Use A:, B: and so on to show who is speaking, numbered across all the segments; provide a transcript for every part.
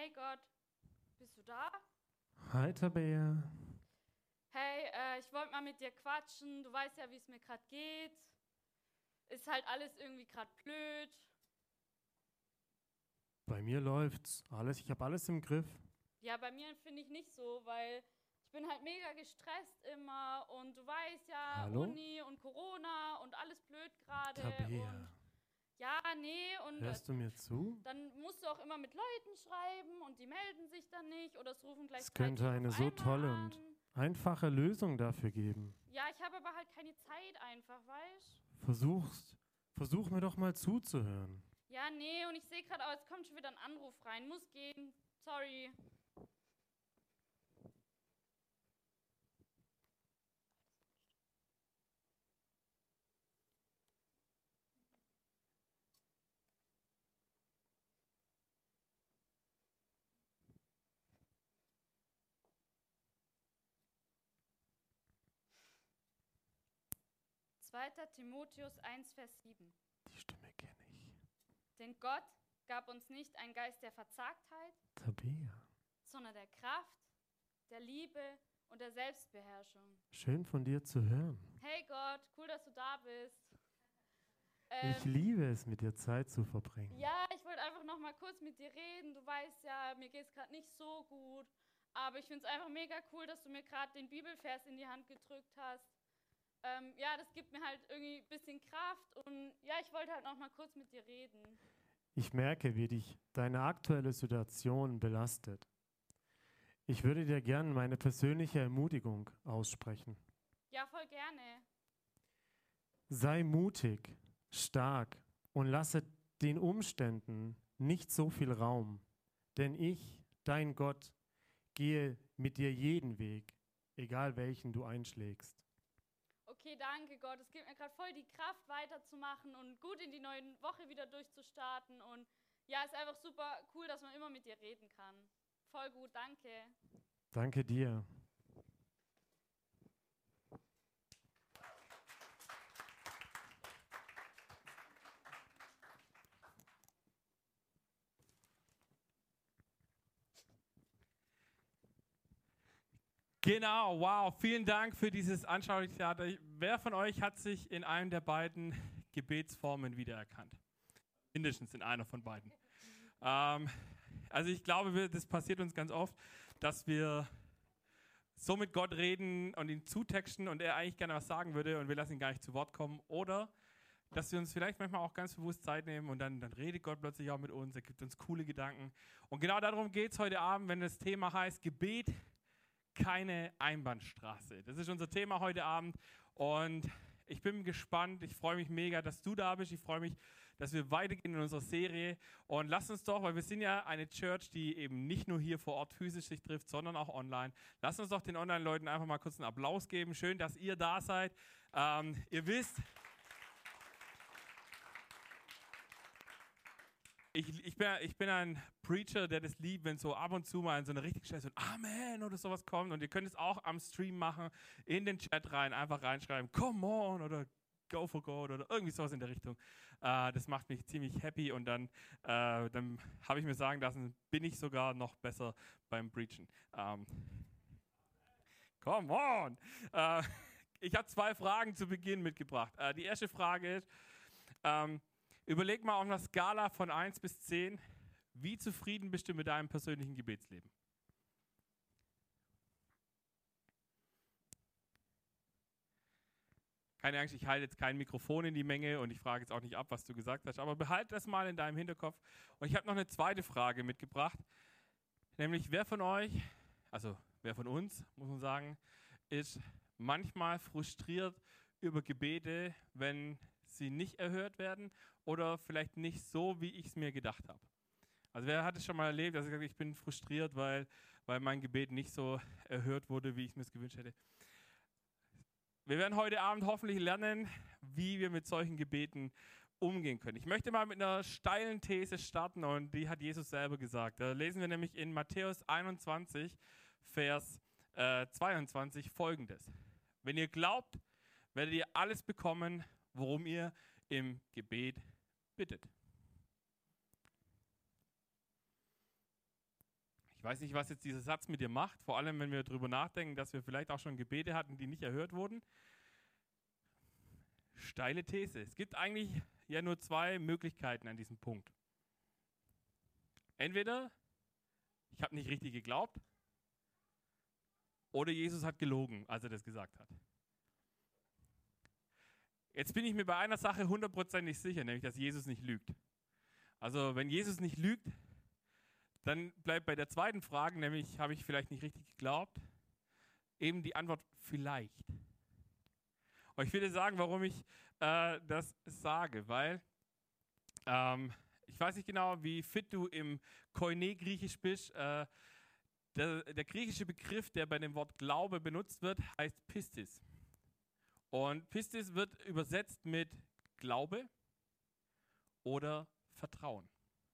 A: Hey Gott, bist du da?
B: Hi Tabea.
A: Hey, ich wollte mal mit dir quatschen. Du weißt ja, wie es mir gerade geht. Ist halt alles irgendwie gerade blöd.
B: Bei mir läuft's alles. Ich habe alles im Griff.
A: Ja, bei mir finde ich nicht so, weil ich bin halt mega gestresst immer und du weißt ja,
B: Hallo?
A: Uni und Corona und alles blöd gerade und
B: Tabea,
A: ja, nee und
B: hörst du mir zu?
A: dann musst du auch immer mit Leuten schreiben und die melden sich dann nicht oder es rufen gleich
B: Es
A: drei
B: könnte
A: Typen auf
B: eine so
A: einmal
B: tolle und
A: an.
B: einfache Lösung dafür geben.
A: Ja, ich habe aber halt keine Zeit einfach, weißt?
B: Versuch mir doch mal zuzuhören.
A: Ja, nee, und ich sehe gerade, oh, jetzt kommt schon wieder ein Anruf rein. Muss gehen. Sorry. Zweiter Timotheus 1, Vers 7.
B: Die Stimme kenne ich.
A: Denn Gott gab uns nicht einen Geist der Verzagtheit,
B: Tabea,
A: sondern der Kraft, der Liebe und der Selbstbeherrschung.
B: schön von dir zu hören.
A: Hey Gott, cool, dass du da bist.
B: Ich liebe es, mit dir Zeit zu verbringen.
A: Ja, ich wollte einfach noch mal kurz mit dir reden. Du weißt ja, mir geht es gerade nicht so gut. Aber ich finde es einfach mega cool, dass du mir gerade den Bibelvers in die Hand gedrückt hast. Ja, das gibt mir halt irgendwie ein bisschen Kraft. Und ja, ich wollte halt noch mal kurz mit dir reden.
B: Ich merke, wie dich deine aktuelle Situation belastet. Ich würde dir gerne meine persönliche Ermutigung aussprechen.
A: Ja, voll gerne.
B: Sei mutig, stark und lasse den Umständen nicht so viel Raum, denn ich, dein Gott, gehe mit dir jeden Weg, egal welchen du einschlägst.
A: Okay, danke Gott. Es gibt mir gerade voll die Kraft, weiterzumachen und gut in die neue Woche wieder durchzustarten. Und ja, ist einfach super cool, dass man immer mit dir reden kann. Voll gut, danke.
B: Danke dir.
C: Genau, wow, vielen Dank für dieses anschauliche Theater. Wer von euch hat sich in einem der beiden Gebetsformen wiedererkannt? Mindestens in einer von beiden. Also ich glaube, das passiert uns ganz oft, dass wir so mit Gott reden und ihn zutexten und er eigentlich gerne was sagen würde und wir lassen ihn gar nicht zu Wort kommen. Oder dass wir uns vielleicht manchmal auch ganz bewusst Zeit nehmen und dann redet Gott plötzlich auch mit uns, er gibt uns coole Gedanken. Und genau darum geht es heute Abend, wenn das Thema heißt Gebet, keine Einbahnstraße. Das ist unser Thema heute Abend und ich bin gespannt, ich freue mich mega, dass du da bist, ich freue mich, dass wir weitergehen in unserer Serie und lass uns doch, weil wir sind ja eine Church, die eben nicht nur hier vor Ort physisch sich trifft, sondern auch online, lass uns doch den Online-Leuten einfach mal kurz einen Applaus geben. Schön, dass ihr da seid. Ihr wisst, ich bin ein Preacher, der das liebt, wenn so ab und zu mal in so eine richtig schnell so ein Amen oder sowas kommt. Und ihr könnt es auch am Stream machen, in den Chat rein, einfach reinschreiben, come on oder go for God oder irgendwie sowas in der Richtung. Das macht mich ziemlich happy und dann habe ich mir sagen lassen, bin ich sogar noch besser beim Preachen. Come on! Ich habe 2 Fragen zu Beginn mitgebracht. Die erste Frage ist, überleg mal auf einer Skala von 1 bis 10, wie zufrieden bist du mit deinem persönlichen Gebetsleben? Keine Angst, ich halte jetzt kein Mikrofon in die Menge und ich frage jetzt auch nicht ab, was du gesagt hast, aber behalte das mal in deinem Hinterkopf. Und ich habe noch eine zweite Frage mitgebracht, nämlich wer von euch, also wer von uns, muss man sagen, ist manchmal frustriert über Gebete, wenn sie nicht erhört werden oder vielleicht nicht so, wie ich es mir gedacht habe. Also wer hat es schon mal erlebt, dass ich bin frustriert, weil mein Gebet nicht so erhört wurde, wie ich mir es gewünscht hätte. Wir werden heute Abend hoffentlich lernen, wie wir mit solchen Gebeten umgehen können. Ich möchte mal mit einer steilen These starten und die hat Jesus selber gesagt. Da lesen wir nämlich in Matthäus 21, Vers 22 Folgendes. Wenn ihr glaubt, werdet ihr alles bekommen, worum ihr im Gebet bittet. Ich weiß nicht, was jetzt dieser Satz mit dir macht, vor allem wenn wir darüber nachdenken, dass wir vielleicht auch schon Gebete hatten, die nicht erhört wurden. Steile These. Es gibt eigentlich ja nur zwei Möglichkeiten an diesem Punkt. Entweder ich habe nicht richtig geglaubt oder Jesus hat gelogen, als er das gesagt hat. Jetzt bin ich mir bei einer Sache 100% sicher, nämlich, dass Jesus nicht lügt. Also wenn Jesus nicht lügt, dann bleibt bei der zweiten Frage, nämlich, habe ich vielleicht nicht richtig geglaubt, eben die Antwort vielleicht. Und ich will dir sagen, warum ich das sage, weil ich weiß nicht genau, wie fit du im Koine-Griechisch bist. Der griechische Begriff, der bei dem Wort Glaube benutzt wird, heißt Pistis. Und Pistis wird übersetzt mit Glaube oder Vertrauen.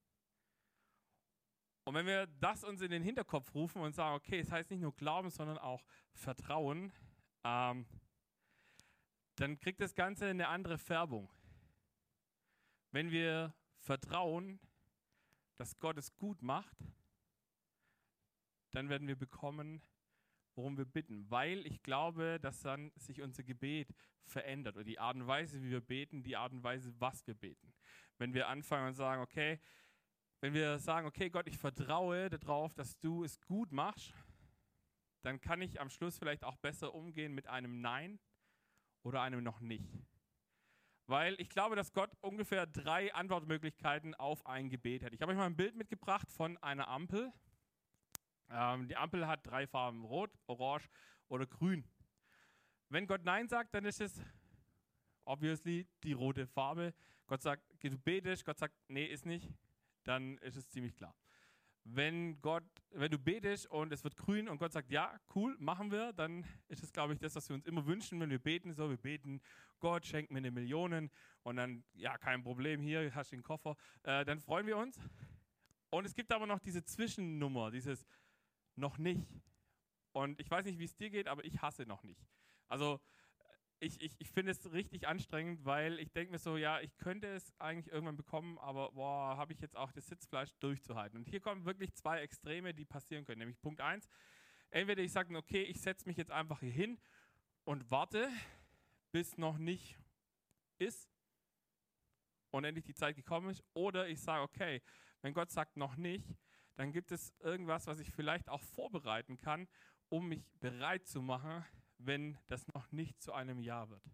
C: Und wenn wir das uns in den Hinterkopf rufen und sagen, okay, es heißt nicht nur Glauben, sondern auch Vertrauen, dann kriegt das Ganze eine andere Färbung. Wenn wir vertrauen, dass Gott es gut macht, dann werden wir bekommen, worum wir bitten. Weil ich glaube, dass dann sich unser Gebet verändert. Oder die Art und Weise, wie wir beten, die Art und Weise, was wir beten. Wenn wir anfangen und sagen, okay, wenn wir sagen, okay Gott, ich vertraue darauf, dass du es gut machst, dann kann ich am Schluss vielleicht auch besser umgehen mit einem Nein oder einem noch nicht. Weil ich glaube, dass Gott ungefähr 3 Antwortmöglichkeiten auf ein Gebet hat. Ich habe euch mal ein Bild mitgebracht von einer Ampel. Die Ampel hat 3 Farben, rot, orange oder grün. Wenn Gott Nein sagt, dann ist es obviously die rote Farbe. Gott sagt, du betest, Gott sagt, nee, ist nicht, dann ist es ziemlich klar. Wenn du betest und es wird grün und Gott sagt, ja, cool, machen wir, dann ist es, glaube ich, das, was wir uns immer wünschen, wenn wir beten. So, wir beten, Gott schenkt mir 1 Million und dann, ja, kein Problem, hier hast du den Koffer. Dann freuen wir uns. Und es gibt aber noch diese Zwischennummer, dieses noch nicht. Und ich weiß nicht, wie es dir geht, aber ich hasse noch nicht. Also ich finde es richtig anstrengend, weil ich denke mir so, ja, ich könnte es eigentlich irgendwann bekommen, aber boah, habe ich jetzt auch das Sitzfleisch durchzuhalten. Und hier kommen wirklich 2 Extreme, die passieren können. Nämlich Punkt 1, entweder ich sage, okay, ich setze mich jetzt einfach hier hin und warte, bis noch nicht ist und endlich die Zeit gekommen ist. Oder ich sage, okay, wenn Gott sagt noch nicht, dann gibt es irgendwas, was ich vielleicht auch vorbereiten kann, um mich bereit zu machen, wenn das noch nicht zu einem Ja wird.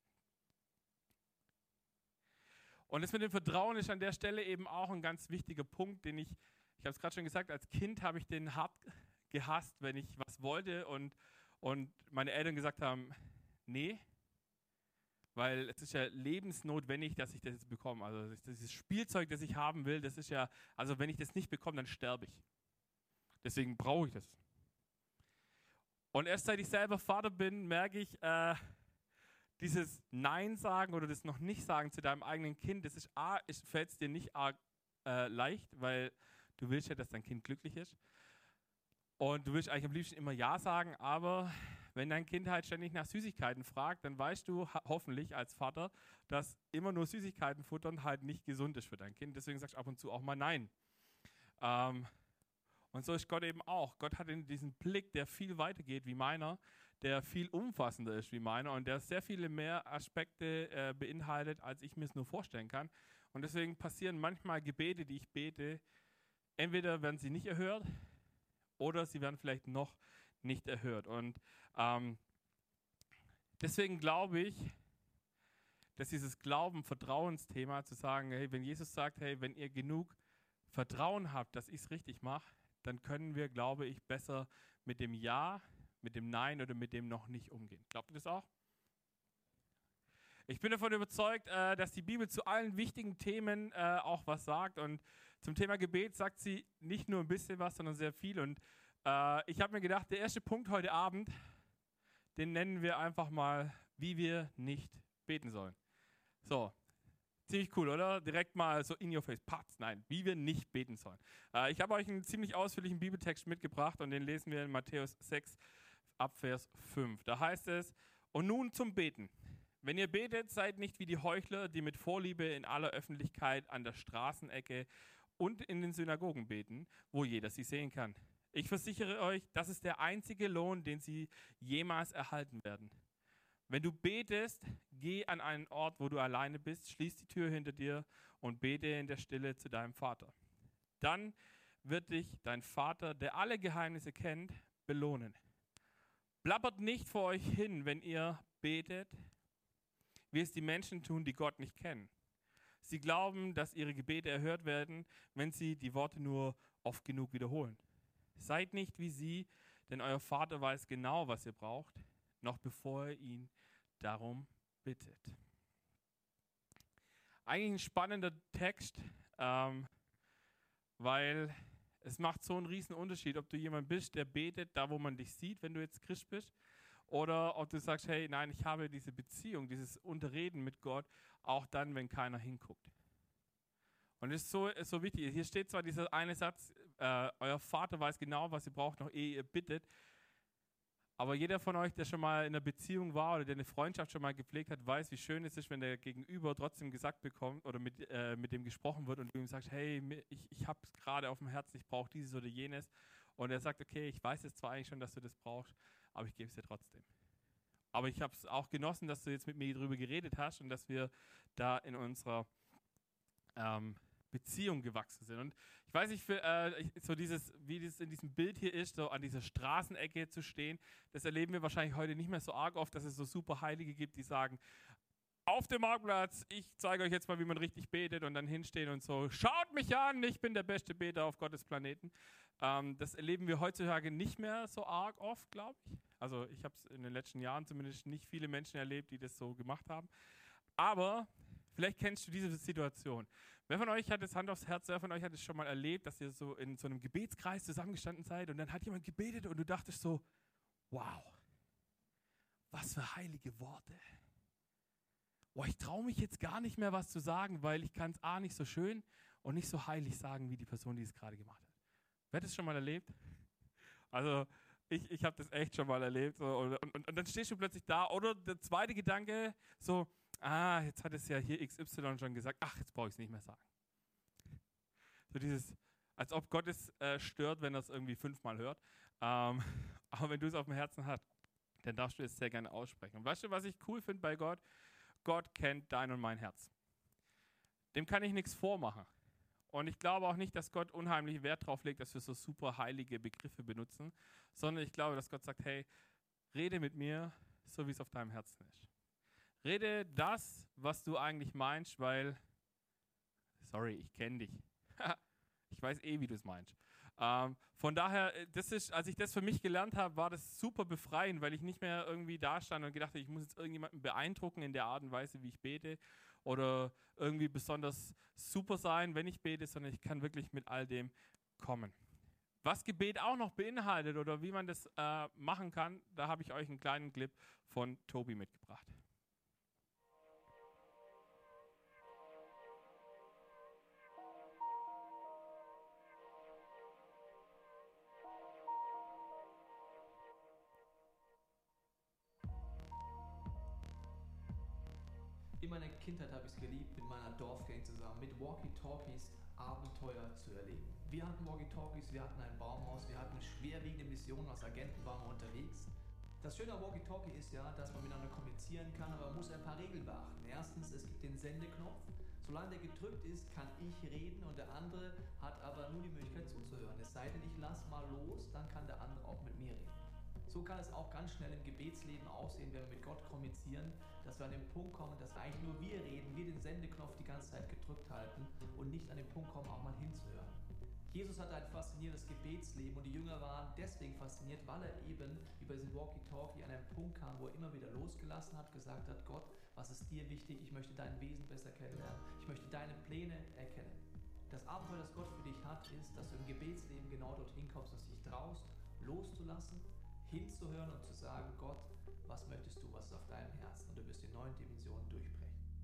C: Und das mit dem Vertrauen ist an der Stelle eben auch ein ganz wichtiger Punkt, den ich habe es gerade schon gesagt, als Kind habe ich den hart gehasst, wenn ich was wollte und meine Eltern gesagt haben, nee, weil es ist ja lebensnotwendig, dass ich das jetzt bekomme. Also dieses Spielzeug, das ich haben will, das ist ja, also wenn ich das nicht bekomme, dann sterbe ich. Deswegen brauche ich das. Und erst seit ich selber Vater bin, merke ich, dieses Nein sagen oder das noch nicht sagen zu deinem eigenen Kind, das ist fällt es dir nicht arg leicht, weil du willst ja, dass dein Kind glücklich ist. Und du willst eigentlich am liebsten immer Ja sagen, aber wenn dein Kind halt ständig nach Süßigkeiten fragt, dann weißt du hoffentlich als Vater, dass immer nur Süßigkeiten futtern halt nicht gesund ist für dein Kind. Deswegen sagst du ab und zu auch mal Nein. Und so ist Gott eben auch. Gott hat diesen Blick, der viel weiter geht wie meiner, der viel umfassender ist wie meiner und der sehr viele mehr Aspekte beinhaltet, als ich mir es nur vorstellen kann. Und deswegen passieren manchmal Gebete, die ich bete, entweder werden sie nicht erhört oder sie werden vielleicht noch nicht erhört. Und deswegen glaube ich, dass dieses Glauben-Vertrauensthema zu sagen, hey, wenn Jesus sagt, hey, wenn ihr genug Vertrauen habt, dass ich es richtig mache, dann können wir, glaube ich, besser mit dem Ja, mit dem Nein oder mit dem noch nicht umgehen. Glaubt ihr das auch? Ich bin davon überzeugt, dass die Bibel zu allen wichtigen Themen auch was sagt. Und zum Thema Gebet sagt sie nicht nur ein bisschen was, sondern sehr viel. Und ich habe mir gedacht, der erste Punkt heute Abend, den nennen wir einfach mal, wie wir nicht beten sollen. So, ziemlich cool, oder? Direkt mal so in your face. Patz, nein, wie wir nicht beten sollen. Ich habe euch einen ziemlich ausführlichen Bibeltext mitgebracht und den lesen wir in Matthäus 6 ab Vers 5. Da heißt es, und nun zum Beten. Wenn ihr betet, seid nicht wie die Heuchler, die mit Vorliebe in aller Öffentlichkeit an der Straßenecke und in den Synagogen beten, wo jeder sie sehen kann. Ich versichere euch, das ist der einzige Lohn, den sie jemals erhalten werden. Wenn du betest, geh an einen Ort, wo du alleine bist, schließ die Tür hinter dir und bete in der Stille zu deinem Vater. Dann wird dich dein Vater, der alle Geheimnisse kennt, belohnen. Blabbert nicht vor euch hin, wenn ihr betet, wie es die Menschen tun, die Gott nicht kennen. Sie glauben, dass ihre Gebete erhört werden, wenn sie die Worte nur oft genug wiederholen. Seid nicht wie sie, denn euer Vater weiß genau, was ihr braucht, noch bevor ihr ihn darum bittet. Eigentlich ein spannender Text, weil es macht so einen riesen Unterschied, ob du jemand bist, der betet, da wo man dich sieht, wenn du jetzt Christ bist, oder ob du sagst, hey, nein, ich habe diese Beziehung, dieses Unterreden mit Gott, auch dann, wenn keiner hinguckt. Und es ist so wichtig. Hier steht zwar dieser eine Satz, euer Vater weiß genau, was ihr braucht, noch ehe ihr bittet. Aber jeder von euch, der schon mal in einer Beziehung war oder der eine Freundschaft schon mal gepflegt hat, weiß, wie schön es ist, wenn der Gegenüber trotzdem gesagt bekommt oder mit dem gesprochen wird und du ihm sagst, hey, ich habe es gerade auf dem Herzen, ich brauche dieses oder jenes. Und er sagt, okay, ich weiß jetzt zwar eigentlich schon, dass du das brauchst, aber ich gebe es dir trotzdem. Aber ich habe es auch genossen, dass du jetzt mit mir darüber geredet hast und dass wir da in unserer Beziehung gewachsen sind. Und ich weiß nicht, so wie das in diesem Bild hier ist, so an dieser Straßenecke zu stehen, das erleben wir wahrscheinlich heute nicht mehr so arg oft, dass es so super Heilige gibt, die sagen, auf dem Marktplatz, ich zeige euch jetzt mal, wie man richtig betet und dann hinstehen und so, schaut mich an, ich bin der beste Beter auf Gottes Planeten. Das erleben wir heutzutage nicht mehr so arg oft, glaube ich. Also ich habe es in den letzten Jahren zumindest nicht viele Menschen erlebt, die das so gemacht haben. Aber vielleicht kennst du diese Situation. Wer von euch hat das Hand aufs Herz, wer von euch hat es schon mal erlebt, dass ihr so in so einem Gebetskreis zusammengestanden seid und dann hat jemand gebetet und du dachtest so, wow, was für heilige Worte. Boah, ich traue mich jetzt gar nicht mehr was zu sagen, weil ich kann es A nicht so schön und nicht so heilig sagen, wie die Person, die es gerade gemacht hat. Wer hat das schon mal erlebt? Also ich habe das echt schon mal erlebt. So, und dann stehst du plötzlich da. Oder der zweite Gedanke, so, jetzt hat es ja hier XY schon gesagt, ach, jetzt brauche ich es nicht mehr sagen. So dieses, als ob Gott es stört, wenn er es irgendwie 5-mal hört. Aber wenn du es auf dem Herzen hast, dann darfst du es sehr gerne aussprechen. Und weißt du, was ich cool finde bei Gott? Gott kennt dein und mein Herz. Dem kann ich nichts vormachen. Und ich glaube auch nicht, dass Gott unheimlich Wert darauf legt, dass wir so super heilige Begriffe benutzen, sondern ich glaube, dass Gott sagt, hey, rede mit mir, so wie es auf deinem Herzen ist. Rede das, was du eigentlich meinst, weil, sorry, ich kenne dich. Ich weiß wie du es meinst. Von daher, als ich das für mich gelernt habe, war das super befreiend, weil ich nicht mehr irgendwie da stand und gedacht habe, ich muss jetzt irgendjemanden beeindrucken in der Art und Weise, wie ich bete oder irgendwie besonders super sein, wenn ich bete, sondern ich kann wirklich mit all dem kommen. Was Gebet auch noch beinhaltet oder wie man das machen kann, da habe ich euch einen kleinen Clip von Tobi mitgebracht.
D: In meiner Kindheit habe ich es geliebt, mit meiner Dorfgang zusammen mit Walkie-Talkies Abenteuer zu erleben. Wir hatten Walkie-Talkies, wir hatten ein Baumhaus, wir hatten schwerwiegende Missionen, als Agenten waren wir unterwegs. Das Schöne am Walkie-Talkie ist ja, dass man miteinander kommunizieren kann, aber man muss ein paar Regeln beachten. Erstens, es gibt den Sendeknopf. Solange der gedrückt ist, kann ich reden und der andere hat aber nur die Möglichkeit zuzuhören. Es sei denn, ich lasse mal los, dann kann der andere auch mit mir reden. So kann es auch ganz schnell im Gebetsleben aussehen, wenn wir mit Gott kommunizieren, dass wir an den Punkt kommen, dass eigentlich nur wir reden, wir den Sendeknopf die ganze Zeit gedrückt halten und nicht an den Punkt kommen, auch mal hinzuhören. Jesus hatte ein faszinierendes Gebetsleben und die Jünger waren deswegen fasziniert, weil er eben über diesen Walkie-Talkie an einen Punkt kam, wo er immer wieder losgelassen hat, gesagt hat, Gott, was ist dir wichtig? Ich möchte dein Wesen besser kennenlernen. Ich möchte deine Pläne erkennen. Das Abenteuer, das Gott für dich hat, ist, dass du im Gebetsleben genau dorthin kommst, dass du dich traust, loszulassen, hinzuhören und zu sagen, Gott, was möchtest du, was ist auf deinem Herzen? Und du wirst die neuen Dimensionen durchbrechen.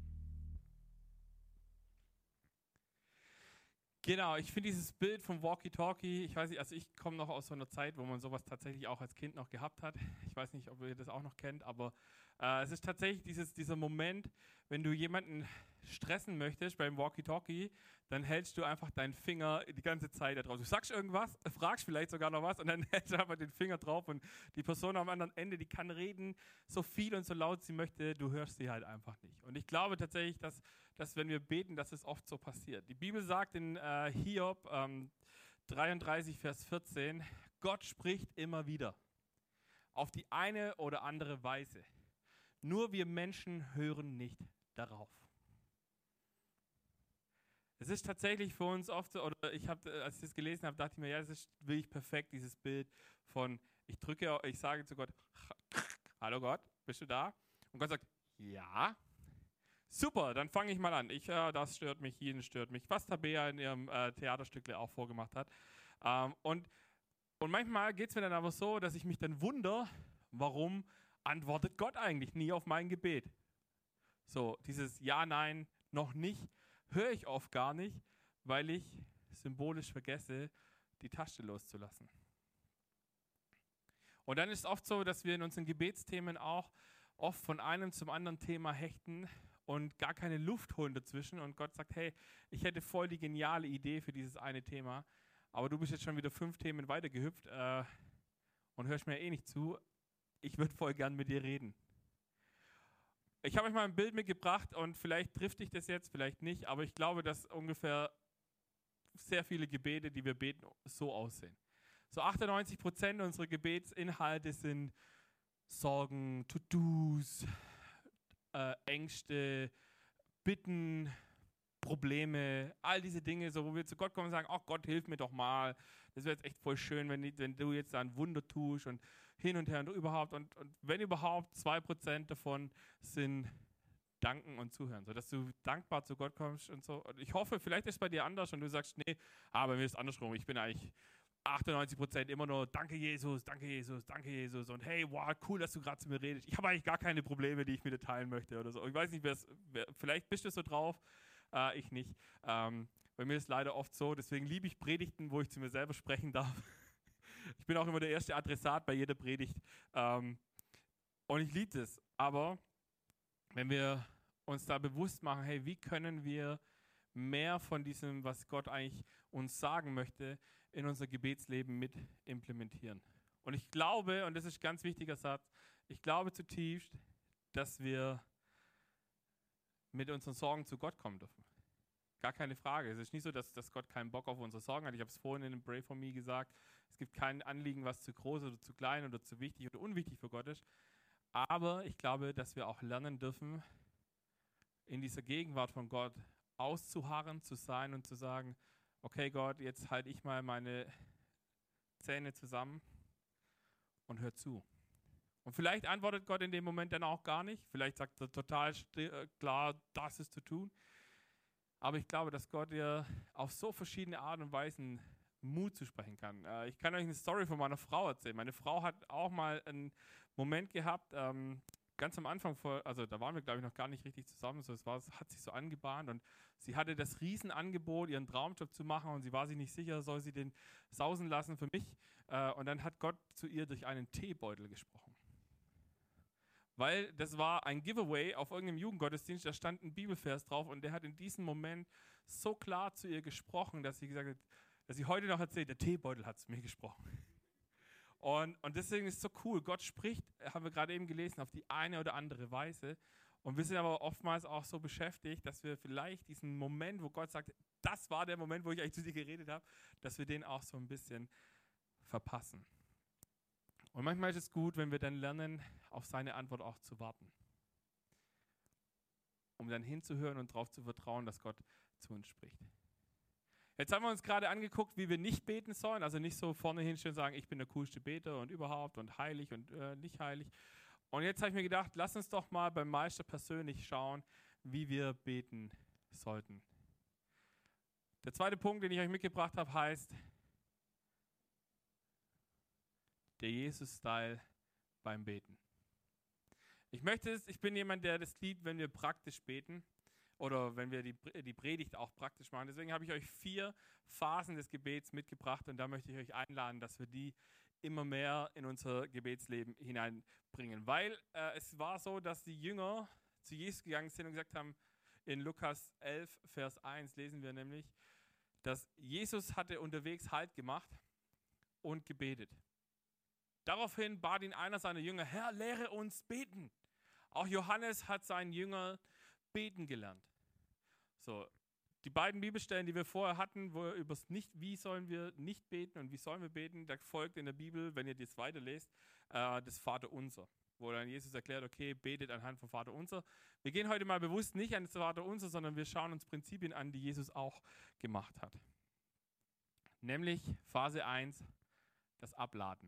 C: Genau, ich finde dieses Bild vom Walkie-Talkie, ich weiß nicht, also ich komme noch aus so einer Zeit, wo man sowas tatsächlich auch als Kind noch gehabt hat. Ich weiß nicht, ob ihr das auch noch kennt, aber es ist tatsächlich dieser Moment, wenn du jemanden stressen möchtest beim Walkie-Talkie, dann hältst du einfach deinen Finger die ganze Zeit da drauf. Du sagst irgendwas, fragst vielleicht sogar noch was und dann hältst du einfach den Finger drauf und die Person am anderen Ende, die kann reden, so viel und so laut sie möchte, du hörst sie halt einfach nicht. Und ich glaube tatsächlich, dass wenn wir beten, dass es oft so passiert. Die Bibel sagt in Hiob 33, Vers 14, Gott spricht immer wieder auf die eine oder andere Weise. Nur wir Menschen hören nicht darauf. Es ist tatsächlich für uns oft so, oder als ich das gelesen habe, dachte ich mir, ja, das ist wirklich perfekt, dieses Bild von, ich sage zu Gott, hallo Gott, bist du da? Und Gott sagt, ja. Super, dann fange ich mal an. Das stört mich, jenes stört mich, was Tabea in ihrem Theaterstückle auch vorgemacht hat. Und manchmal geht es mir dann aber so, dass ich mich dann wundere, warum antwortet Gott eigentlich nie auf mein Gebet? So, dieses Ja, Nein, noch nicht, höre ich oft gar nicht, weil ich symbolisch vergesse, die Taste loszulassen. Und dann ist es oft so, dass wir in unseren Gebetsthemen auch oft von einem zum anderen Thema hechten und gar keine Luft holen dazwischen. Und Gott sagt, hey, ich hätte voll die geniale Idee für dieses eine Thema, aber du bist jetzt schon wieder 5 Themen weitergehüpft und hörst mir eh nicht zu. Ich würde voll gern mit dir reden. Ich habe euch mal ein Bild mitgebracht und vielleicht trifft dich das jetzt, vielleicht nicht, aber ich glaube, dass ungefähr sehr viele Gebete, die wir beten, so aussehen. So 98% unserer Gebetsinhalte sind Sorgen, To-Dos, Ängste, Bitten, Probleme, all diese Dinge, so wo wir zu Gott kommen und sagen, ach Gott, hilf mir doch mal. Das wäre jetzt echt voll schön, wenn du jetzt da ein Wunder tust und hin und her und überhaupt. Und wenn überhaupt, 2% davon sind Danken und Zuhören, sodass du dankbar zu Gott kommst und so. Und ich hoffe, vielleicht ist es bei dir anders und du sagst, nee, aber mir ist andersrum. Ich bin eigentlich 98% immer nur Danke Jesus, Danke Jesus, Danke Jesus und hey, wow, cool, dass du gerade zu mir redest. Ich habe eigentlich gar keine Probleme, die ich mit dir teilen möchte oder so. Ich weiß nicht, vielleicht bist du so drauf, ich nicht. Bei mir ist es leider oft so, deswegen liebe ich Predigten, wo ich zu mir selber sprechen darf. Ich bin auch immer der erste Adressat bei jeder Predigt und ich liebe das. Aber wenn wir uns da bewusst machen, hey, wie können wir mehr von diesem, was Gott eigentlich uns sagen möchte, in unser Gebetsleben mit implementieren. Und ich glaube, und das ist ein ganz wichtiger Satz, ich glaube zutiefst, dass wir mit unseren Sorgen zu Gott kommen dürfen. Gar keine Frage. Es ist nicht so, dass Gott keinen Bock auf unsere Sorgen hat. Ich habe es vorhin in dem Pray for Me gesagt, es gibt kein Anliegen, was zu groß oder zu klein oder zu wichtig oder unwichtig für Gott ist. Aber ich glaube, dass wir auch lernen dürfen, in dieser Gegenwart von Gott auszuharren, zu sein und zu sagen, okay Gott, jetzt halte ich mal meine Zähne zusammen und hör zu. Und vielleicht antwortet Gott in dem Moment dann auch gar nicht. Vielleicht sagt er total klar, das ist zu tun. Aber ich glaube, dass Gott dir auf so verschiedene Arten und Weisen Mut zusprechen kann. Ich kann euch eine Story von meiner Frau erzählen. Meine Frau hat auch mal einen Moment gehabt, ganz am Anfang, also da waren wir, glaube ich, noch gar nicht richtig zusammen, so, hat sich so angebahnt und sie hatte das Riesenangebot, ihren Traumjob zu machen und sie war sich nicht sicher, soll sie den sausen lassen für mich. Und dann hat Gott zu ihr durch einen Teebeutel gesprochen. Weil das war ein Giveaway auf irgendeinem Jugendgottesdienst, da stand ein Bibelvers drauf und der hat in diesem Moment so klar zu ihr gesprochen, dass sie gesagt hat, dass sie heute noch erzählt, der Teebeutel hat zu mir gesprochen. Und deswegen ist es so cool, Gott spricht, haben wir gerade eben gelesen, auf die eine oder andere Weise. Und wir sind aber oftmals auch so beschäftigt, dass wir vielleicht diesen Moment, wo Gott sagt, das war der Moment, wo ich eigentlich zu dir geredet habe, dass wir den auch so ein bisschen verpassen. Und manchmal ist es gut, wenn wir dann lernen, auf seine Antwort auch zu warten. Um dann hinzuhören und darauf zu vertrauen, dass Gott zu uns spricht. Jetzt haben wir uns gerade angeguckt, wie wir nicht beten sollen, also nicht so vorne hinstellen und sagen, ich bin der coolste Beter und überhaupt und heilig und nicht heilig. Und jetzt habe ich mir gedacht, lass uns doch mal beim Meister persönlich schauen, wie wir beten sollten. Der zweite Punkt, den ich euch mitgebracht habe, heißt der Jesus-Style beim Beten. Ich bin jemand, der das liebt, wenn wir praktisch beten. Oder wenn wir die Predigt auch praktisch machen. Deswegen habe ich euch 4 Phasen des Gebets mitgebracht und da möchte ich euch einladen, dass wir die immer mehr in unser Gebetsleben hineinbringen. Weil es war so, dass die Jünger zu Jesus gegangen sind und gesagt haben, In Lukas 11, Vers 1 lesen wir nämlich, dass Jesus hatte unterwegs Halt gemacht und gebetet. Daraufhin bat ihn einer seiner Jünger, Herr, lehre uns beten. Auch Johannes hat seinen Jünger beten gelernt. So, die beiden Bibelstellen, die wir vorher hatten, wo über das Nicht, wie sollen wir nicht beten und wie sollen wir beten, da folgt in der Bibel, wenn ihr das weiterlest, das Vaterunser, wo dann Jesus erklärt, okay, betet anhand vom Vaterunser. Wir gehen heute mal bewusst nicht an das Vaterunser, sondern wir schauen uns Prinzipien an, die Jesus auch gemacht hat. Nämlich Phase 1, das Abladen.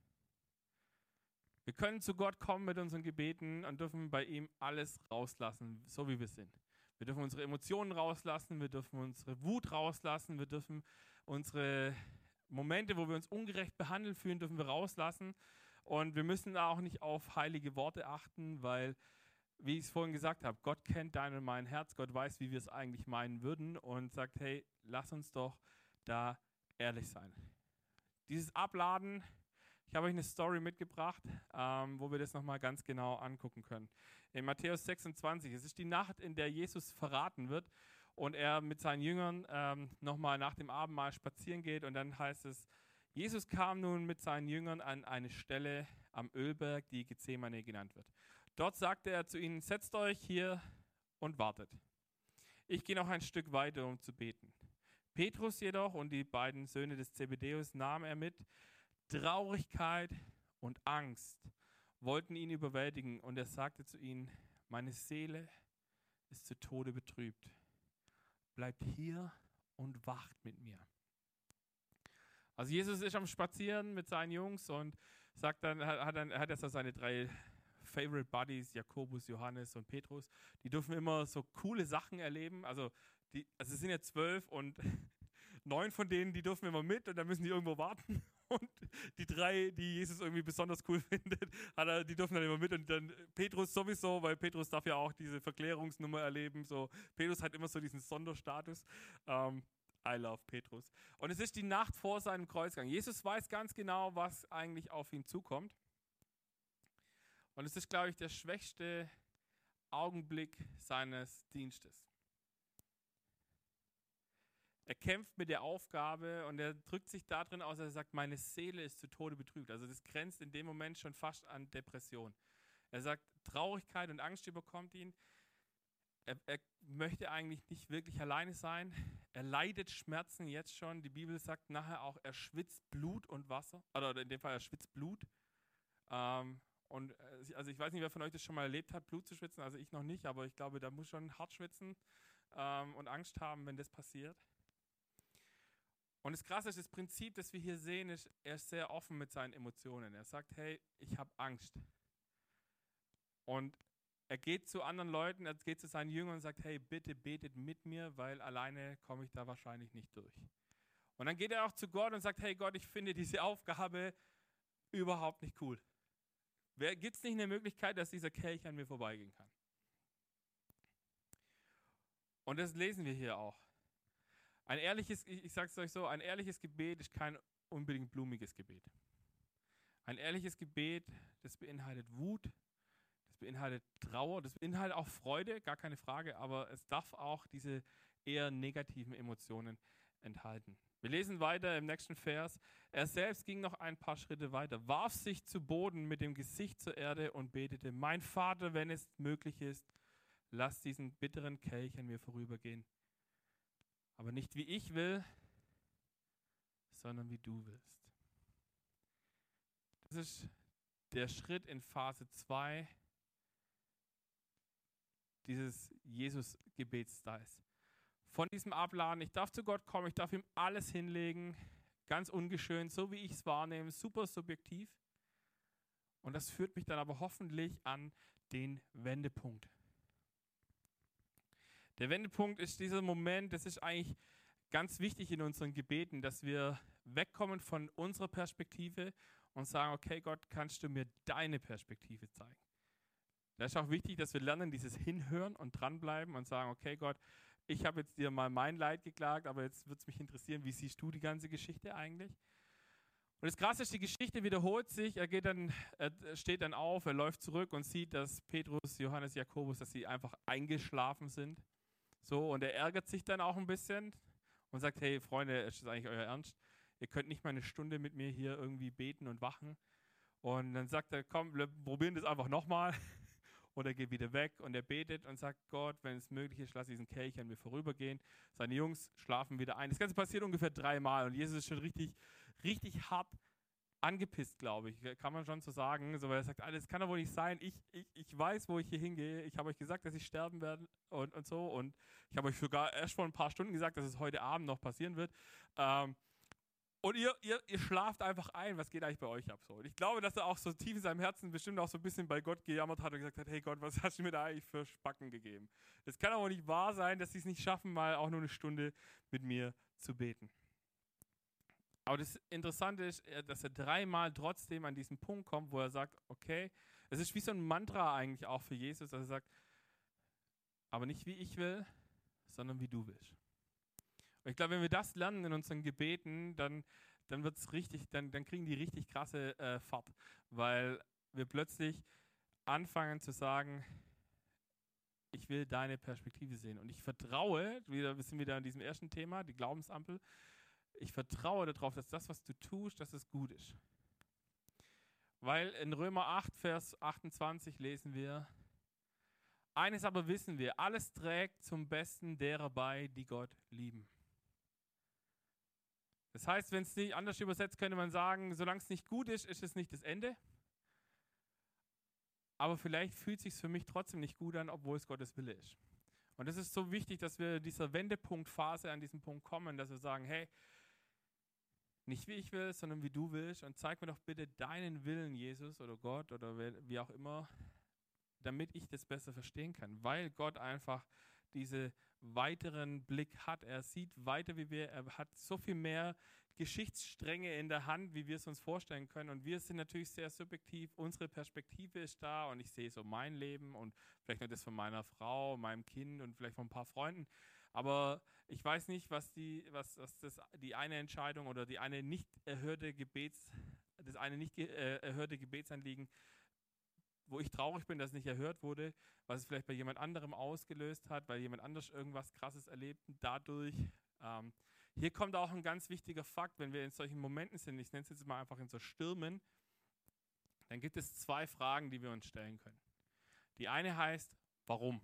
C: Wir können zu Gott kommen mit unseren Gebeten und dürfen bei ihm alles rauslassen, so wie wir sind. Wir dürfen unsere Emotionen rauslassen, wir dürfen unsere Wut rauslassen, wir dürfen unsere Momente, wo wir uns ungerecht behandelt fühlen, dürfen wir rauslassen. Und wir müssen auch nicht auf heilige Worte achten, weil, wie ich es vorhin gesagt habe, Gott kennt dein und mein Herz, Gott weiß, wie wir es eigentlich meinen würden und sagt, hey, lass uns doch da ehrlich sein. Dieses Abladen, ich habe euch eine Story mitgebracht, wo wir das nochmal ganz genau angucken können. In Matthäus 26, es ist die Nacht, in der Jesus verraten wird und er mit seinen Jüngern nochmal nach dem Abendmahl spazieren geht und dann heißt es, Jesus kam nun mit seinen Jüngern an eine Stelle am Ölberg, die Gethsemane genannt wird. Dort sagte er zu ihnen, setzt euch hier und wartet. Ich gehe noch ein Stück weiter, um zu beten. Petrus jedoch und die beiden Söhne des Zebedäus nahm er mit. Traurigkeit und Angst wollten ihn überwältigen und er sagte zu ihnen, meine Seele ist zu Tode betrübt. Bleibt hier und wacht mit mir. Also Jesus ist am Spazieren mit seinen Jungs und sagt dann, hat er seine 3 Favorite Buddies, Jakobus, Johannes und Petrus, die dürfen immer so coole Sachen erleben. Also es sind ja 12 und 9 von denen, die dürfen immer mit und dann müssen die irgendwo warten. Und die 3, die Jesus irgendwie besonders cool findet, die dürfen dann immer mit. Und dann Petrus sowieso, weil Petrus darf ja auch diese Verklärungsnummer erleben. So, Petrus hat immer so diesen Sonderstatus. I love Petrus. Und es ist die Nacht vor seinem Kreuzgang. Jesus weiß ganz genau, was eigentlich auf ihn zukommt. Und es ist, glaube ich, der schwächste Augenblick seines Dienstes. Er kämpft mit der Aufgabe und er drückt sich darin aus, dass er sagt, meine Seele ist zu Tode betrübt. Also das grenzt in dem Moment schon fast an Depression. Er sagt, Traurigkeit und Angst überkommt ihn. Er möchte eigentlich nicht wirklich alleine sein. Er leidet Schmerzen jetzt schon. Die Bibel sagt nachher auch, er schwitzt Blut und Wasser. Oder in dem Fall, er schwitzt Blut. Also ich weiß nicht, wer von euch das schon mal erlebt hat, Blut zu schwitzen. Also ich noch nicht, aber ich glaube, da muss schon hart schwitzen und Angst haben, wenn das passiert. Und das Krasse ist, das Prinzip, das wir hier sehen, ist, er ist sehr offen mit seinen Emotionen. Er sagt, hey, ich habe Angst. Und er geht zu anderen Leuten, er geht zu seinen Jüngern und sagt, hey, bitte betet mit mir, weil alleine komme ich da wahrscheinlich nicht durch. Und dann geht er auch zu Gott und sagt, hey Gott, ich finde diese Aufgabe überhaupt nicht cool. Gibt es nicht eine Möglichkeit, dass dieser Kelch an mir vorbeigehen kann? Und das lesen wir hier auch. Ich sage es euch so, ein ehrliches Gebet ist kein unbedingt blumiges Gebet. Ein ehrliches Gebet, das beinhaltet Wut, das beinhaltet Trauer, das beinhaltet auch Freude, gar keine Frage, aber es darf auch diese eher negativen Emotionen enthalten. Wir lesen weiter im nächsten Vers. Er selbst ging noch ein paar Schritte weiter, warf sich zu Boden mit dem Gesicht zur Erde und betete, mein Vater, wenn es möglich ist, lass diesen bitteren Kelch an mir vorübergehen. Aber nicht wie ich will, sondern wie du willst. Das ist der Schritt in Phase 2 dieses Jesus-Gebetsstyles. Von diesem Abladen, ich darf zu Gott kommen, ich darf ihm alles hinlegen, ganz ungeschönt, so wie ich es wahrnehme, super subjektiv. Und das führt mich dann aber hoffentlich an den Wendepunkt. Der Wendepunkt ist dieser Moment, das ist eigentlich ganz wichtig in unseren Gebeten, dass wir wegkommen von unserer Perspektive und sagen, okay Gott, kannst du mir deine Perspektive zeigen. Da ist auch wichtig, dass wir lernen, dieses Hinhören und dranbleiben und sagen, okay Gott, ich habe jetzt dir mal mein Leid geklagt, aber jetzt würde es mich interessieren, wie siehst du die ganze Geschichte eigentlich? Und das Krasse ist, die Geschichte wiederholt sich, er steht dann auf, er läuft zurück und sieht, dass Petrus, Johannes, Jakobus, dass sie einfach eingeschlafen sind. So, und er ärgert sich dann auch ein bisschen und sagt, hey Freunde, ist das eigentlich euer Ernst? Ihr könnt nicht mal eine Stunde mit mir hier irgendwie beten und wachen. Und dann sagt er, komm, wir probieren das einfach nochmal. Und er geht wieder weg und er betet und sagt, Gott, wenn es möglich ist, lass diesen Kelch an mir vorübergehen. Seine Jungs schlafen wieder ein. Das Ganze passiert ungefähr 3-mal und Jesus ist schon richtig, richtig hart angepisst, glaube ich. Kann man schon so sagen. So, weil er sagt, das kann doch wohl nicht sein. Ich weiß, wo ich hier hingehe. Ich habe euch gesagt, dass ich sterben werde und so. Und ich habe euch sogar erst vor ein paar Stunden gesagt, dass es heute Abend noch passieren wird. Und ihr schlaft einfach ein. Was geht eigentlich bei euch ab? So. Und ich glaube, dass er auch so tief in seinem Herzen bestimmt auch so ein bisschen bei Gott gejammert hat und gesagt hat, hey Gott, was hast du mir da eigentlich für Spacken gegeben? Es kann aber nicht wahr sein, dass sie es nicht schaffen, mal auch nur eine Stunde mit mir zu beten. Aber das Interessante ist, dass er 3-mal trotzdem an diesen Punkt kommt, wo er sagt, okay, es ist wie so ein Mantra eigentlich auch für Jesus, dass er sagt, aber nicht wie ich will, sondern wie du willst. Und ich glaube, wenn wir das lernen in unseren Gebeten, dann wird's richtig, dann kriegen die richtig krasse Fahrt, weil wir plötzlich anfangen zu sagen, ich will deine Perspektive sehen. Und ich vertraue, wir sind wieder an diesem ersten Thema, die Glaubensampel, ich vertraue darauf, dass das, was du tust, dass es gut ist. Weil in Römer 8, Vers 28 lesen wir, eines aber wissen wir, alles trägt zum Besten derer bei, die Gott lieben. Das heißt, wenn es nicht anders übersetzt, könnte man sagen, solange es nicht gut ist, ist es nicht das Ende. Aber vielleicht fühlt es sich für mich trotzdem nicht gut an, obwohl es Gottes Wille ist. Und es ist so wichtig, dass wir dieser Wendepunktphase an diesen Punkt kommen, dass wir sagen, hey, nicht wie ich will, sondern wie du willst. Und zeig mir doch bitte deinen Willen, Jesus oder Gott oder wie auch immer, damit ich das besser verstehen kann. Weil Gott einfach diesen weiteren Blick hat. Er sieht weiter wie wir. Er hat so viel mehr Geschichtsstränge in der Hand, wie wir es uns vorstellen können. Und wir sind natürlich sehr subjektiv. Unsere Perspektive ist da und ich sehe so mein Leben und vielleicht noch das von meiner Frau, meinem Kind und vielleicht von ein paar Freunden. Aber ich weiß nicht, was die eine Entscheidung oder die eine nicht erhörte Gebetsanliegen, wo ich traurig bin, dass es nicht erhört wurde, was es vielleicht bei jemand anderem ausgelöst hat, weil jemand anders irgendwas Krasses erlebt dadurch. Hier kommt auch ein ganz wichtiger Fakt, wenn wir in solchen Momenten sind, ich nenne es jetzt mal einfach in so Stürmen, dann gibt es 2 Fragen, die wir uns stellen können. Die eine heißt, warum?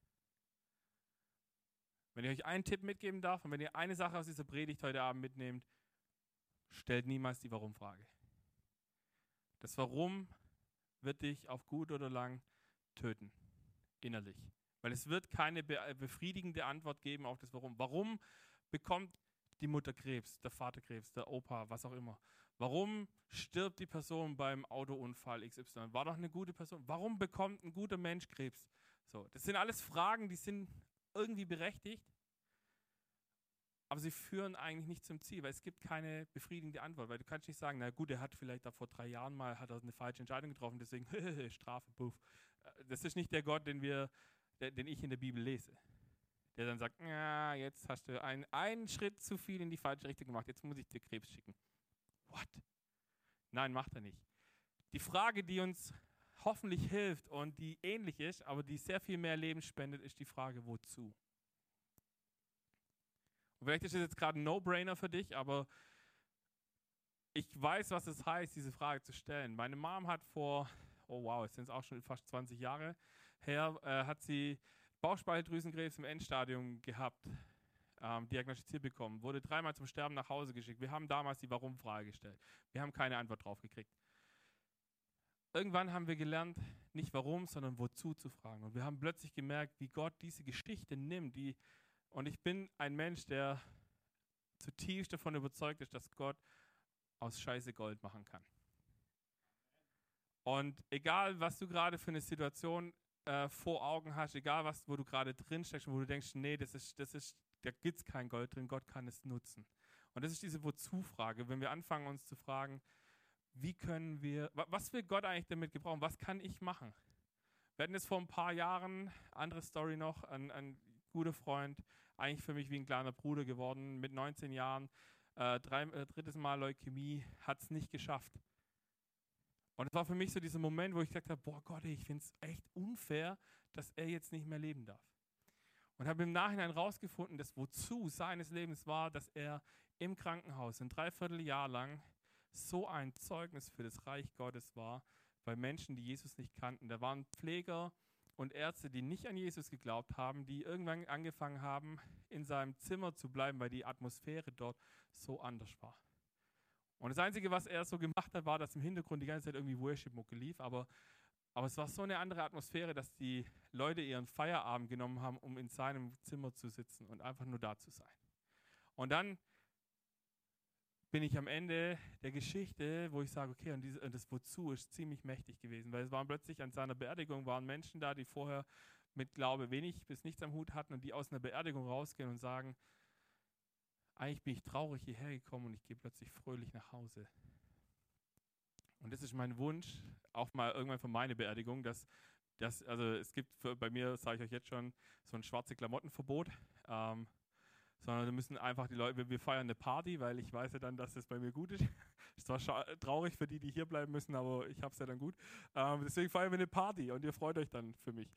C: Wenn ich euch einen Tipp mitgeben darf und wenn ihr eine Sache aus dieser Predigt heute Abend mitnehmt, stellt niemals die Warum-Frage. Das Warum wird dich auf gut oder lang töten, innerlich. Weil es wird keine befriedigende Antwort geben auf das Warum. Warum bekommt die Mutter Krebs, der Vater Krebs, der Opa, was auch immer? Warum stirbt die Person beim Autounfall XY? War doch eine gute Person. Warum bekommt ein guter Mensch Krebs? So, das sind alles Fragen, die sind irgendwie berechtigt, aber sie führen eigentlich nicht zum Ziel, weil es gibt keine befriedigende Antwort, weil du kannst nicht sagen, na gut, er hat vielleicht da vor 3 Jahren mal hat er eine falsche Entscheidung getroffen, deswegen Strafe, puff. Das ist nicht der Gott, den ich in der Bibel lese, der dann sagt, ja, jetzt hast du einen Schritt zu viel in die falsche Richtung gemacht, jetzt muss ich dir Krebs schicken. What? Nein, macht er nicht. Die Frage, die uns hoffentlich hilft und die ähnlich ist, aber die sehr viel mehr Leben spendet, ist die Frage, wozu? Und vielleicht ist das jetzt gerade ein No-Brainer für dich, aber ich weiß, was es heißt, diese Frage zu stellen. Meine Mom hat jetzt sind es auch schon fast 20 Jahre her, hat sie Bauchspeicheldrüsenkrebs im Endstadium gehabt, diagnostiziert bekommen, wurde 3-mal zum Sterben nach Hause geschickt. Wir haben damals die Warum-Frage gestellt. Wir haben keine Antwort drauf gekriegt. Irgendwann haben wir gelernt, nicht warum, sondern wozu zu fragen. Und wir haben plötzlich gemerkt, wie Gott diese Geschichte nimmt. Und ich bin ein Mensch, der zutiefst davon überzeugt ist, dass Gott aus Scheiße Gold machen kann. Und egal, was du gerade für eine Situation vor Augen hast, egal, wo du gerade drin steckst und wo du denkst, nee, da gibt es kein Gold drin, Gott kann es nutzen. Und das ist diese Wozu-Frage, wenn wir anfangen, uns zu fragen, was will Gott eigentlich damit gebrauchen? Was kann ich machen? Wir hatten das vor ein paar Jahren, andere Story noch, ein guter Freund, eigentlich für mich wie ein kleiner Bruder geworden, mit 19 Jahren, 3. Mal Leukämie, hat es nicht geschafft. Und es war für mich so dieser Moment, wo ich gesagt habe, boah Gott, ich finde es echt unfair, dass er jetzt nicht mehr leben darf. Und habe im Nachhinein herausgefunden, das Wozu seines Lebens war, dass er im Krankenhaus ein Dreivierteljahr lang so ein Zeugnis für das Reich Gottes war, bei Menschen, die Jesus nicht kannten. Da waren Pfleger und Ärzte, die nicht an Jesus geglaubt haben, die irgendwann angefangen haben, in seinem Zimmer zu bleiben, weil die Atmosphäre dort so anders war. Und das Einzige, was er so gemacht hat, war, dass im Hintergrund die ganze Zeit irgendwie Worship-Mucke lief, aber es war so eine andere Atmosphäre, dass die Leute ihren Feierabend genommen haben, um in seinem Zimmer zu sitzen und einfach nur da zu sein. Und dann bin ich am Ende der Geschichte, wo ich sage, okay, und das Wozu ist ziemlich mächtig gewesen, weil es waren plötzlich an seiner Beerdigung waren Menschen da, die vorher mit Glaube wenig bis nichts am Hut hatten und die aus einer Beerdigung rausgehen und sagen, eigentlich bin ich traurig hierher gekommen und ich gehe plötzlich fröhlich nach Hause. Und das ist mein Wunsch, auch mal irgendwann für meine Beerdigung, also es gibt bei mir, sage ich euch jetzt schon, so ein schwarze Klamottenverbot, sondern wir müssen einfach die Leute, wir feiern eine Party, weil ich weiß ja dann, dass das bei mir gut ist. Ist zwar traurig für die hier bleiben müssen, aber ich habe es ja dann gut. Deswegen feiern wir eine Party und ihr freut euch dann für mich.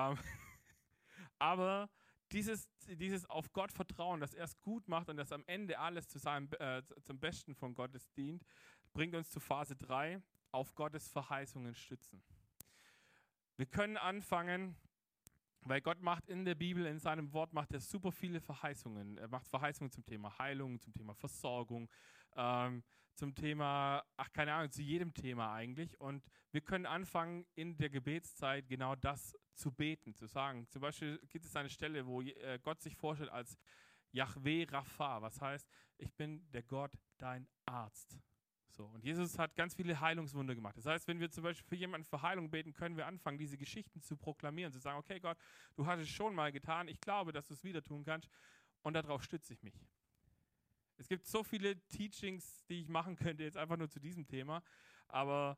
C: Aber dieses auf Gott vertrauen, dass er es gut macht und dass am Ende alles zum Besten von Gottes dient, bringt uns zu Phase 3, auf Gottes Verheißungen stützen. Wir können anfangen, weil Gott macht in der Bibel, in seinem Wort, macht er super viele Verheißungen. Er macht Verheißungen zum Thema Heilung, zum Thema Versorgung, zum Thema, keine Ahnung, zu jedem Thema eigentlich. Und wir können anfangen, in der Gebetszeit genau das zu beten, zu sagen. Zum Beispiel gibt es eine Stelle, wo Gott sich vorstellt als Yahweh Rapha, was heißt, ich bin der Gott, dein Arzt. So, und Jesus hat ganz viele Heilungswunder gemacht. Das heißt, wenn wir zum Beispiel für jemanden für Heilung beten, können wir anfangen, diese Geschichten zu proklamieren, zu sagen, okay Gott, du hast es schon mal getan, ich glaube, dass du es wieder tun kannst und darauf stütze ich mich. Es gibt so viele Teachings, die ich machen könnte, jetzt einfach nur zu diesem Thema, aber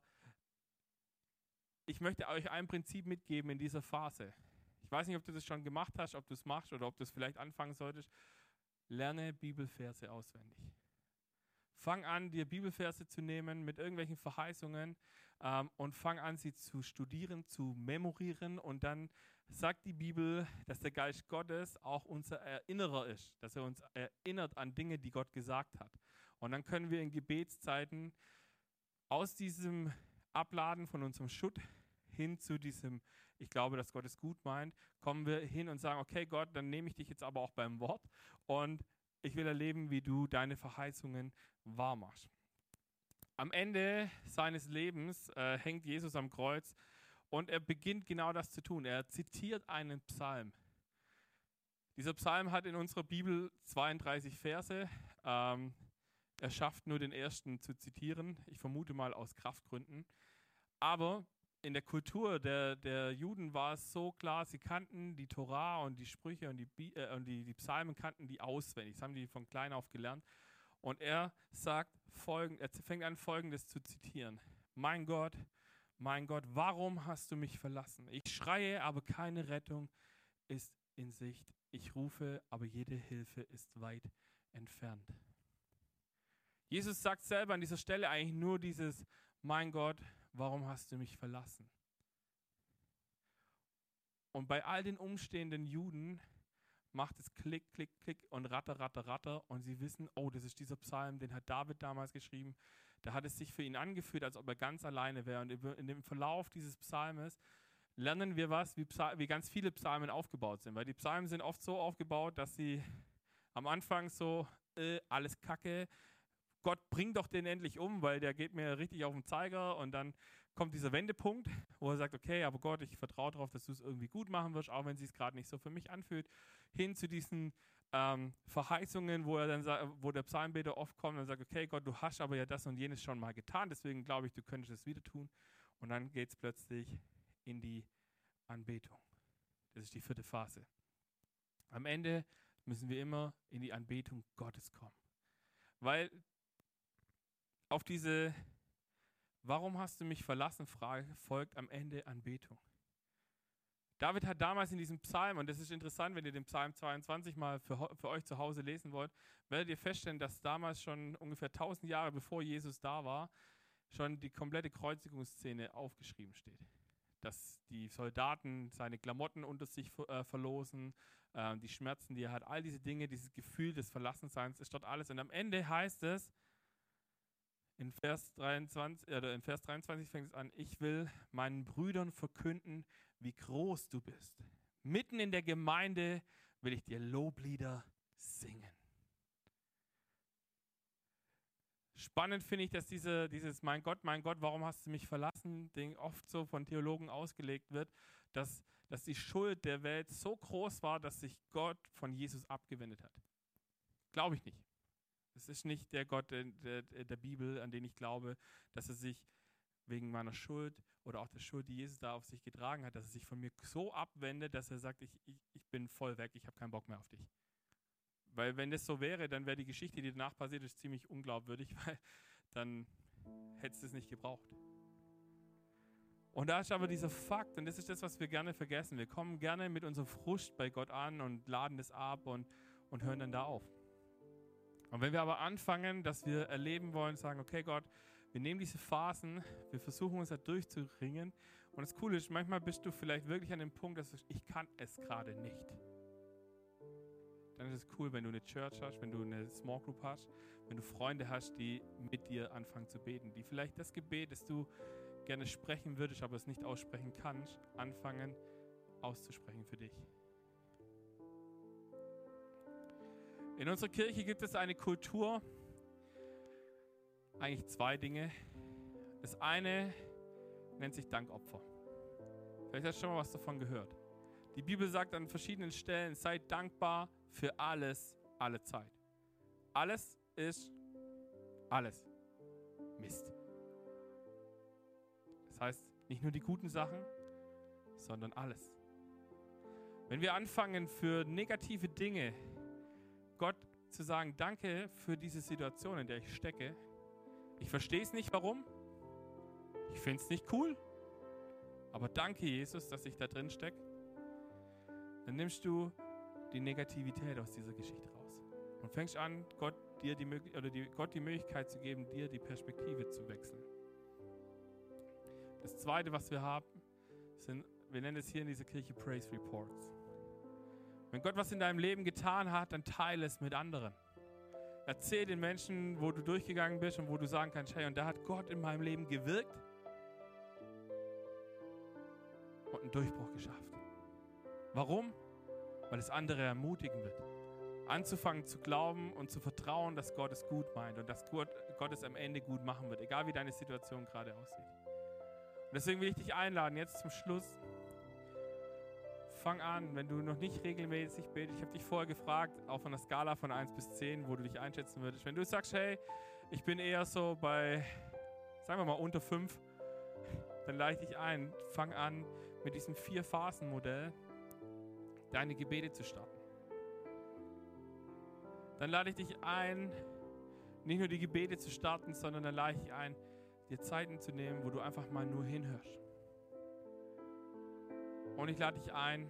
C: ich möchte euch ein Prinzip mitgeben in dieser Phase. Ich weiß nicht, ob du das schon gemacht hast, ob du es machst oder ob du es vielleicht anfangen solltest. Lerne Bibelverse auswendig. Fang an, dir Bibelverse zu nehmen mit irgendwelchen Verheißungen und fang an, sie zu studieren, zu memorieren. Und dann sagt die Bibel, dass der Geist Gottes auch unser Erinnerer ist, dass er uns erinnert an Dinge, die Gott gesagt hat. Und dann können wir in Gebetszeiten aus diesem Abladen von unserem Schutt hin zu diesem, ich glaube, dass Gott es gut meint, kommen wir hin und sagen, okay Gott, dann nehme ich dich jetzt aber auch beim Wort und ich will erleben, wie du deine Verheißungen wahr machst. Am Ende seines Lebens hängt Jesus am Kreuz und er beginnt genau das zu tun. Er zitiert einen Psalm. Dieser Psalm hat in unserer Bibel 32 Verse. Er schafft nur den ersten zu zitieren. Ich vermute mal aus Kraftgründen. Aber in der Kultur der Juden war es so klar, sie kannten die Torah und die Sprüche und die Psalmen kannten die auswendig. Das haben die von klein auf gelernt. Und er fängt an, Folgendes zu zitieren. Mein Gott, warum hast du mich verlassen? Ich schreie, aber keine Rettung ist in Sicht. Ich rufe, aber jede Hilfe ist weit entfernt. Jesus sagt selber an dieser Stelle eigentlich nur dieses, mein Gott, warum hast du mich verlassen? Und bei all den umstehenden Juden macht es Klick, Klick, Klick und Ratter, Ratter, Ratter und sie wissen, oh, das ist dieser Psalm, den hat David damals geschrieben. Da hat es sich für ihn angefühlt, als ob er ganz alleine wäre. Und in dem Verlauf dieses Psalmes lernen wir wie ganz viele Psalmen aufgebaut sind. Weil die Psalmen sind oft so aufgebaut, dass sie am Anfang so, alles Kacke, Gott, bring doch den endlich um, weil der geht mir richtig auf den Zeiger und dann kommt dieser Wendepunkt, wo er sagt, okay, aber Gott, ich vertraue darauf, dass du es irgendwie gut machen wirst, auch wenn es sich gerade nicht so für mich anfühlt, hin zu diesen Verheißungen, wo der Psalmbeter oft kommt und sagt, okay, Gott, du hast aber ja das und jenes schon mal getan, deswegen glaube ich, du könntest es wieder tun. Und dann geht es plötzlich in die Anbetung. Das ist die 4. Phase. Am Ende müssen wir immer in die Anbetung Gottes kommen. Weil auf diese Warum hast du mich verlassen? Frage folgt am Ende Anbetung. David hat damals in diesem Psalm, und das ist interessant, wenn ihr den Psalm 22 mal für euch zu Hause lesen wollt, werdet ihr feststellen, dass damals schon ungefähr 1000 Jahre bevor Jesus da war, schon die komplette Kreuzigungsszene aufgeschrieben steht. Dass die Soldaten seine Klamotten unter sich verlosen, die Schmerzen, die er hat, all diese Dinge, dieses Gefühl des Verlassenseins ist dort alles. Und am Ende heißt es, in Vers 23 fängt es an, ich will meinen Brüdern verkünden, wie groß du bist. Mitten in der Gemeinde will ich dir Loblieder singen. Spannend finde ich, dass dieses mein Gott, warum hast du mich verlassen, Ding oft so von Theologen ausgelegt wird, dass die Schuld der Welt so groß war, dass sich Gott von Jesus abgewendet hat. Glaube ich nicht. Es ist nicht der Gott der Bibel, an den ich glaube, dass er sich wegen meiner Schuld oder auch der Schuld, die Jesus da auf sich getragen hat, dass er sich von mir so abwendet, dass er sagt, ich bin voll weg, ich habe keinen Bock mehr auf dich. Weil wenn das so wäre, dann wäre die Geschichte, die danach passiert ist, ziemlich unglaubwürdig, weil dann hättest du es nicht gebraucht. Und da ist aber dieser Fakt, und das ist das, was wir gerne vergessen. Wir kommen gerne mit unserem Frust bei Gott an und laden das ab und hören dann da auf. Und wenn wir aber anfangen, dass wir erleben wollen, sagen, okay Gott, wir nehmen diese Phasen, wir versuchen uns da durchzuringen. Und das Coole ist, manchmal bist du vielleicht wirklich an dem Punkt, dass du sagst, ich kann es gerade nicht. Dann ist es cool, wenn du eine Church hast, wenn du eine Small Group hast, wenn du Freunde hast, die mit dir anfangen zu beten, die vielleicht das Gebet, das du gerne sprechen würdest, aber es nicht aussprechen kannst, anfangen auszusprechen für dich. In unserer Kirche gibt es eine Kultur, eigentlich zwei Dinge. Das eine nennt sich Dankopfer. Vielleicht hast du schon mal was davon gehört. Die Bibel sagt an verschiedenen Stellen, seid dankbar für alles, alle Zeit. Alles ist alles Mist. Das heißt, nicht nur die guten Sachen, sondern alles. Wenn wir anfangen, für negative Dinge Gott zu sagen, danke für diese Situation, in der ich stecke. Ich verstehe es nicht, warum. Ich finde es nicht cool. Aber danke, Jesus, dass ich da drin stecke. Dann nimmst du die Negativität aus dieser Geschichte raus und fängst an, Gott die Möglichkeit zu geben, dir die Perspektive zu wechseln. Das Zweite, was wir haben, wir nennen es hier in dieser Kirche Praise Reports. Wenn Gott was in deinem Leben getan hat, dann teile es mit anderen. Erzähl den Menschen, wo du durchgegangen bist und wo du sagen kannst, hey, und da hat Gott in meinem Leben gewirkt und einen Durchbruch geschafft. Warum? Weil es andere ermutigen wird. Anzufangen zu glauben und zu vertrauen, dass Gott es gut meint und dass Gott es am Ende gut machen wird, egal wie deine Situation gerade aussieht. Und deswegen will ich dich einladen, jetzt zum Schluss, fang an, wenn du noch nicht regelmäßig betest. Ich habe dich vorher gefragt, auf einer Skala von 1 bis 10, wo du dich einschätzen würdest. Wenn du sagst, hey, ich bin eher so bei, sagen wir mal, unter 5, dann lade ich dich ein, fang an, mit diesem 4-Phasen-Modell deine Gebete zu starten. Dann lade ich dich ein, nicht nur die Gebete zu starten, sondern dann lade ich dich ein, dir Zeiten zu nehmen, wo du einfach mal nur hinhörst. Und ich lade dich ein,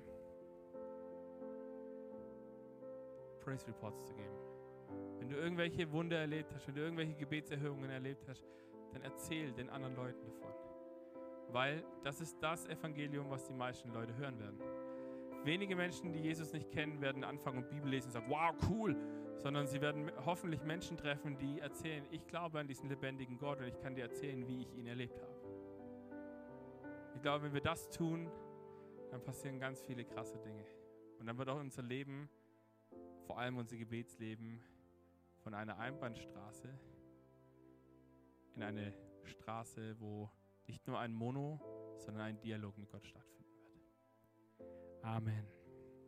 C: Praise Reports zu geben. Wenn du irgendwelche Wunder erlebt hast, wenn du irgendwelche Gebetserhörungen erlebt hast, dann erzähl den anderen Leuten davon. Weil das ist das Evangelium, was die meisten Leute hören werden. Wenige Menschen, die Jesus nicht kennen, werden anfangen und Bibel lesen und sagen, wow, cool. Sondern sie werden hoffentlich Menschen treffen, die erzählen, ich glaube an diesen lebendigen Gott und ich kann dir erzählen, wie ich ihn erlebt habe. Ich glaube, wenn wir das tun, dann passieren ganz viele krasse Dinge. Und dann wird auch unser Leben, vor allem unser Gebetsleben, von einer Einbahnstraße in eine Straße, wo nicht nur ein Mono, sondern ein Dialog mit Gott stattfinden wird. Amen.